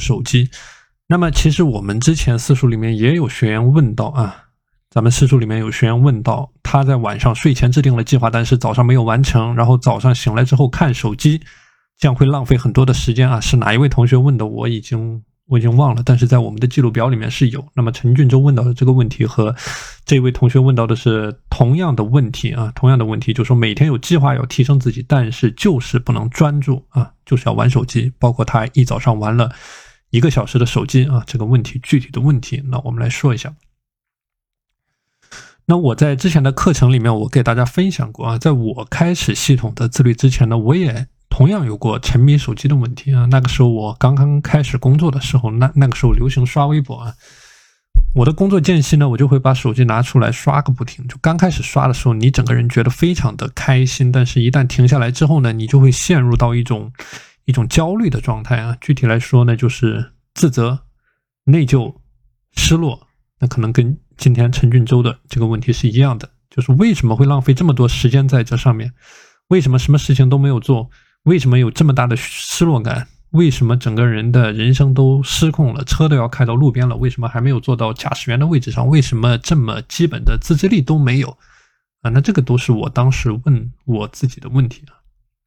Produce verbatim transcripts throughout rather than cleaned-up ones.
手机。那么其实我们之前私塾里面也有学员问到啊，咱们私塾里面有学员问到，他在晚上睡前制定了计划，但是早上没有完成，然后早上醒来之后看手机，这样会浪费很多的时间啊。是哪一位同学问的我已经我已经忘了，但是在我们的记录表里面是有。那么陈俊洲问到的这个问题和这位同学问到的是同样的问题啊，同样的问题，就是说每天有计划要提升自己，但是就是不能专注啊，就是要玩手机，包括他一早上玩了一个小时的手机啊，这个问题具体的问题，那我们来说一下。那我在之前的课程里面，我给大家分享过啊，在我开始系统的自律之前呢，我也同样有过沉迷手机的问题啊。那个时候我刚刚开始工作的时候，那那个时候流行刷微博啊，我的工作间隙呢，我就会把手机拿出来刷个不停。就刚开始刷的时候，你整个人觉得非常的开心，但是一旦停下来之后呢，你就会陷入到一种一种焦虑的状态啊。具体来说呢，就是自责、内疚、失落。那可能跟今天陈俊洲的这个问题是一样的，就是为什么会浪费这么多时间在这上面？为什么什么事情都没有做？为什么有这么大的失落感？为什么整个人的人生都失控了？车都要开到路边了，为什么还没有坐到驾驶员的位置上？为什么这么基本的自制力都没有啊？那这个都是我当时问我自己的问题啊。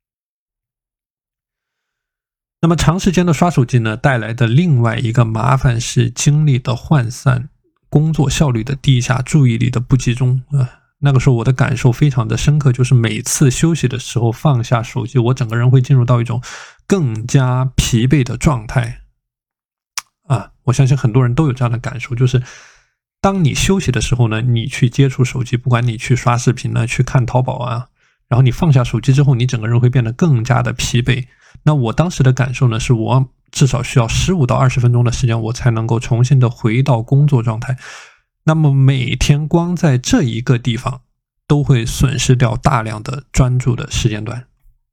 那么长时间的刷手机呢，带来的另外一个麻烦是精力的涣散，工作效率的低下，注意力的不集中啊。那个时候我的感受非常的深刻，就是每次休息的时候放下手机，我整个人会进入到一种更加疲惫的状态啊。我相信很多人都有这样的感受，就是当你休息的时候呢，你去接触手机，不管你去刷视频呢，去看淘宝啊，然后你放下手机之后，你整个人会变得更加的疲惫。那我当时的感受呢，是我至少需要十五到二十分钟的时间，我才能够重新的回到工作状态。那么每天光在这一个地方都会损失掉大量的专注的时间段。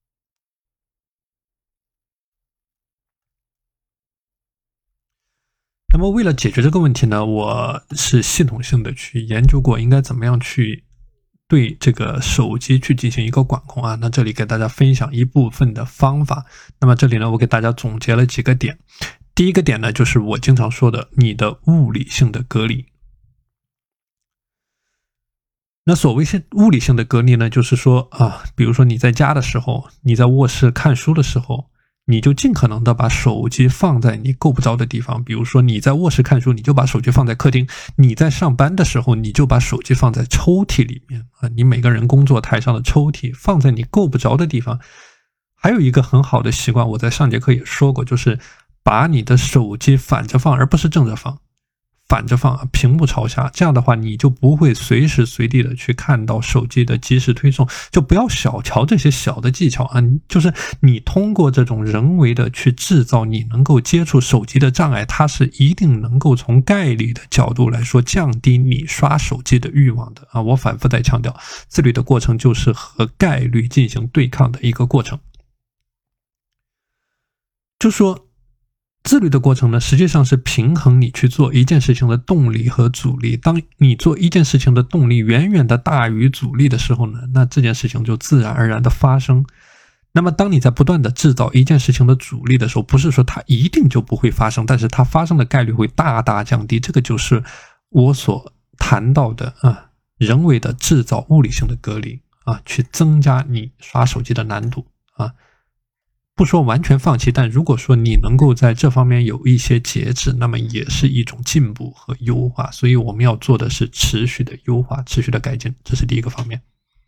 那么为了解决这个问题呢，我是系统性的去研究过应该怎么样去对这个手机去进行一个管控啊。那这里给大家分享一部分的方法。那么这里呢，我给大家总结了几个点。第一个点呢，就是我经常说的你的物理性的隔离。那所谓是物理性的隔离呢，就是说啊，比如说你在家的时候，你在卧室看书的时候，你就尽可能的把手机放在你够不着的地方。比如说你在卧室看书，你就把手机放在客厅；你在上班的时候，你就把手机放在抽屉里面啊。你每个人工作台上的抽屉放在你够不着的地方。还有一个很好的习惯，我在上节课也说过，就是把你的手机反着放，而不是正着放。反着放，屏幕朝下，这样的话你就不会随时随地的去看到手机的即时推送。就不要小瞧这些小的技巧啊，就是你通过这种人为的去制造你能够接触手机的障碍，它是一定能够从概率的角度来说降低你刷手机的欲望的啊。我反复在强调，自律的过程就是和概率进行对抗的一个过程。就说自律的过程呢，实际上是平衡你去做一件事情的动力和阻力。当你做一件事情的动力远远的大于阻力的时候呢，那这件事情就自然而然的发生。那么当你在不断的制造一件事情的阻力的时候，不是说它一定就不会发生，但是它发生的概率会大大降低。这个就是我所谈到的啊，人为的制造物理性的隔离啊，去增加你刷手机的难度啊。不说完全放弃，但如果说你能够在这方面有一些节制，那么也是一种进步和优化。所以我们要做的是持续的优化，持续的改进，这是第一个方面。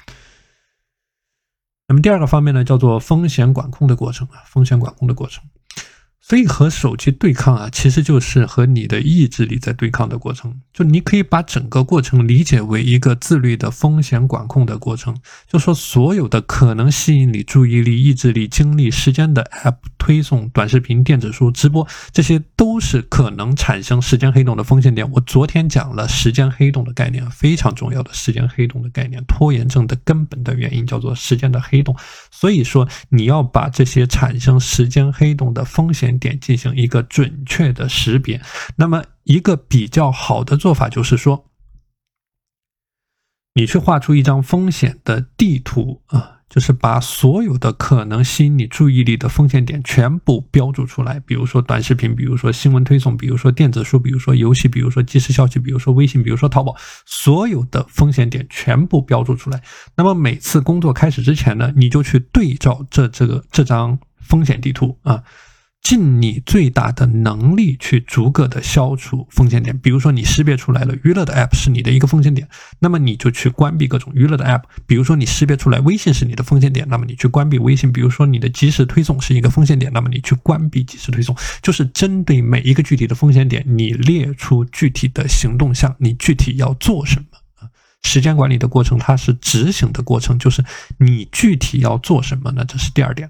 那么第二个方面呢，叫做风险管控的过程啊，风险管控的过程。所以和手机对抗啊，其实就是和你的意志力在对抗的过程。就你可以把整个过程理解为一个自律的风险管控的过程。就说所有的可能吸引你注意力、意志力、精力、时间的 App 推送、短视频、电子书、直播，这些都是可能产生时间黑洞的风险点。我昨天讲了时间黑洞的概念，非常重要的时间黑洞的概念。拖延症的根本的原因叫做时间的黑洞。所以说你要把这些产生时间黑洞的风险点进行一个准确的识别。那么一个比较好的做法就是说，你去画出一张风险的地图啊， 就是把所有的可能吸引你注意力的风险点全部标注出来，比如说短视频，比如说新闻推送，比如说电子书，比如说游戏，比如说即时消息，比如说微信，比如说淘宝，所有的风险点全部标注出来。那么每次工作开始之前呢，你就去对照这这个这张风险地图啊，尽你最大的能力去逐个的消除风险点。比如说你识别出来了娱乐的 app 是你的一个风险点，那么你就去关闭各种娱乐的 app。 比如说你识别出来微信是你的风险点，那么你去关闭微信。比如说你的即时推送是一个风险点，那么你去关闭即时推送。就是针对每一个具体的风险点，你列出具体的行动项，你具体要做什么。时间管理的过程它是执行的过程，就是你具体要做什么呢？这是第二点。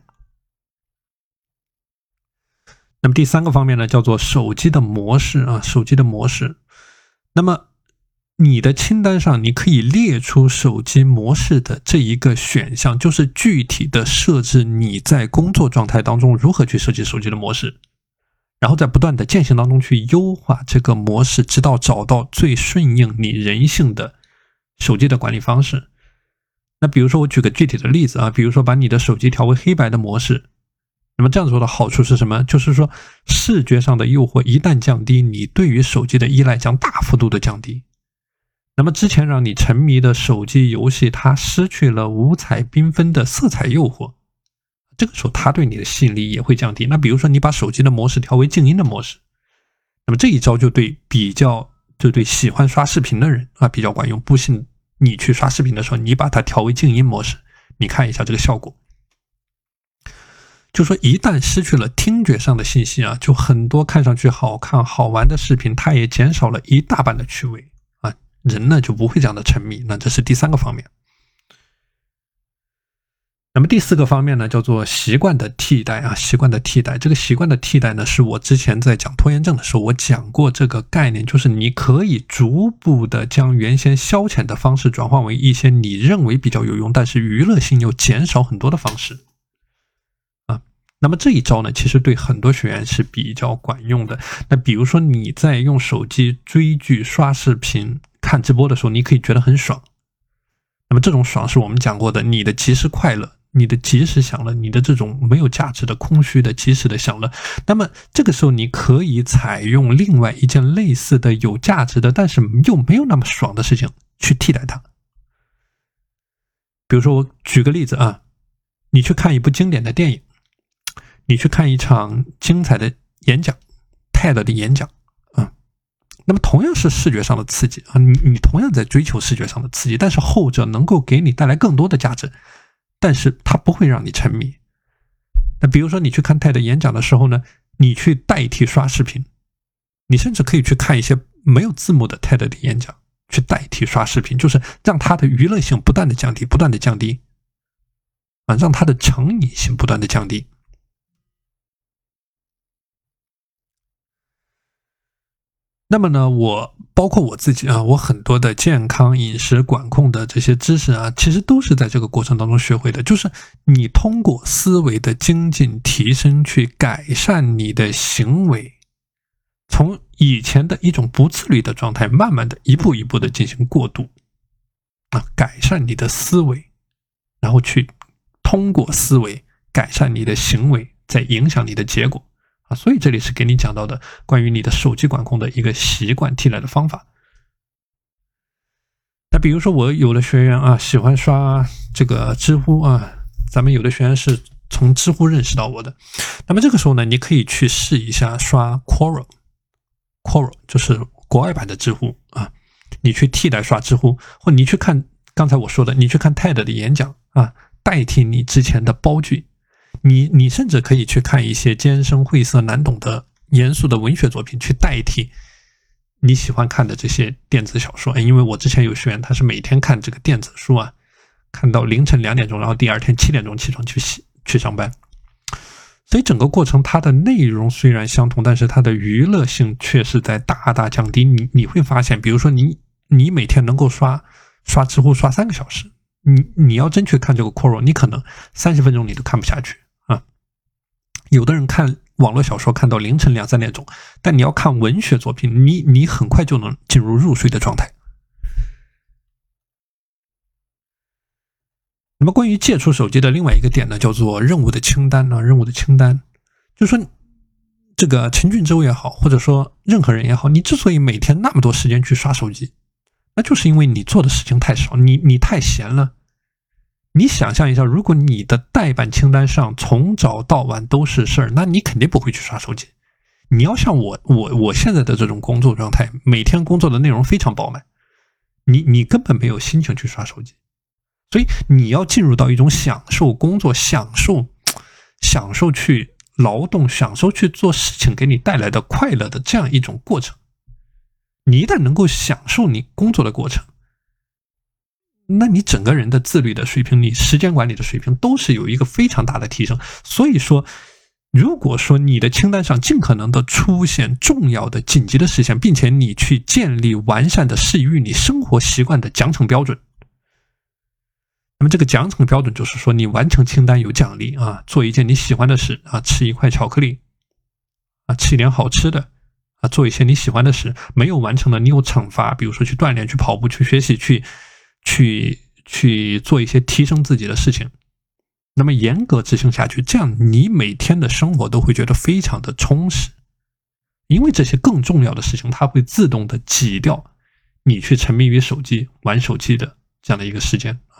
那么第三个方面呢，叫做手机的模式啊，手机的模式。那么你的清单上你可以列出手机模式的这一个选项，就是具体的设置你在工作状态当中如何去设计手机的模式，然后在不断的践行当中去优化这个模式，直到找到最顺应你人性的手机的管理方式。那比如说我举个具体的例子啊，比如说把你的手机调为黑白的模式。那么这样做的好处是什么？就是说视觉上的诱惑一旦降低，你对于手机的依赖将大幅度的降低。那么之前让你沉迷的手机游戏，它失去了五彩缤纷的色彩诱惑，这个时候它对你的吸引力也会降低。那比如说你把手机的模式调为静音的模式，那么这一招就对比较就对喜欢刷视频的人啊比较管用。不信你去刷视频的时候，你把它调为静音模式，你看一下这个效果。就说一旦失去了听觉上的信息啊，就很多看上去好看好玩的视频，它也减少了一大半的趣味啊，人呢就不会这样的沉迷。那这是第三个方面。那么第四个方面呢，叫做习惯的替代啊，习惯的替代。这个习惯的替代呢，是我之前在讲拖延症的时候，我讲过这个概念，就是你可以逐步的将原先消遣的方式转换为一些你认为比较有用，但是娱乐性又减少很多的方式。那么这一招呢，其实对很多学员是比较管用的。那比如说你在用手机追剧、刷视频、看直播的时候，你可以觉得很爽。那么这种爽是我们讲过的，你的即时快乐，你的即时享乐，你的这种没有价值的空虚的即时的享乐。那么这个时候你可以采用另外一件类似的有价值的，但是又没有那么爽的事情去替代它。比如说我举个例子啊，你去看一部经典的电影，你去看一场精彩的演讲 T E D 的演讲啊，那么同样是视觉上的刺激啊，你你同样在追求视觉上的刺激，但是后者能够给你带来更多的价值，但是它不会让你沉迷。那比如说你去看 T E D 演讲的时候呢，你去代替刷视频，你甚至可以去看一些没有字幕的 T E D 的演讲，去代替刷视频，就是让它的娱乐性不断的降低，不断的降低啊，让它的成瘾性不断的降低。那么呢，我包括我自己啊，我很多的健康饮食管控的这些知识啊，其实都是在这个过程当中学会的。就是你通过思维的精进提升，去改善你的行为，从以前的一种不自律的状态，慢慢的一步一步的进行过渡啊，改善你的思维，然后去通过思维改善你的行为，再影响你的结果。所以这里是给你讲到的关于你的手机管控的一个习惯替代的方法。那比如说我有的学员啊喜欢刷这个知乎啊，咱们有的学员是从知乎认识到我的，那么这个时候呢，你可以去试一下刷 Quora Quora 就是国外版的知乎啊，你去替代刷知乎，或你去看刚才我说的，你去看 T E D 的演讲啊，代替你之前的煲剧。你你甚至可以去看一些艰深晦涩难懂的严肃的文学作品，去代替你喜欢看的这些电子小说。因为我之前有学员他是每天看这个电子书啊，看到凌晨两点钟，然后第二天七点钟起床去去上班。所以整个过程它的内容虽然相同，但是它的娱乐性却是在大大降低。你你会发现，比如说你你每天能够刷刷知乎刷三个小时，你你要真去看这个 Quora， 你可能三十分钟你都看不下去。有的人看网络小说看到凌晨两三点钟，但你要看文学作品，你你很快就能进入入睡的状态。 那么关于戒除手机的另外一个点呢，叫做任务的清单啊，任务的清单，就是说这个陈俊洲也好，或者说任何人也好，你之所以每天那么多时间去刷手机，那就是因为你做的事情太少，你你太闲了。你想象一下，如果你的待办清单上从早到晚都是事儿，那你肯定不会去刷手机。你要像我我我现在的这种工作状态，每天工作的内容非常饱满，你你根本没有心情去刷手机。所以你要进入到一种享受工作、享受享受去劳动、享受去做事情给你带来的快乐的这样一种过程。你一旦能够享受你工作的过程，那你整个人的自律的水平，你时间管理的水平都是有一个非常大的提升。所以说，如果说你的清单上尽可能的出现重要的紧急的事项，并且你去建立完善的适于你生活习惯的奖惩标准，那么这个奖惩标准就是说，你完成清单有奖励啊，做一件你喜欢的事啊，吃一块巧克力啊，吃一点好吃的啊，做一些你喜欢的事。没有完成的，你有惩罚，比如说去锻炼、去跑步、去学习、去去去做一些提升自己的事情。那么严格执行下去，这样你每天的生活都会觉得非常的充实。因为这些更重要的事情，它会自动的挤掉你去沉迷于手机、玩手机的这样的一个时间。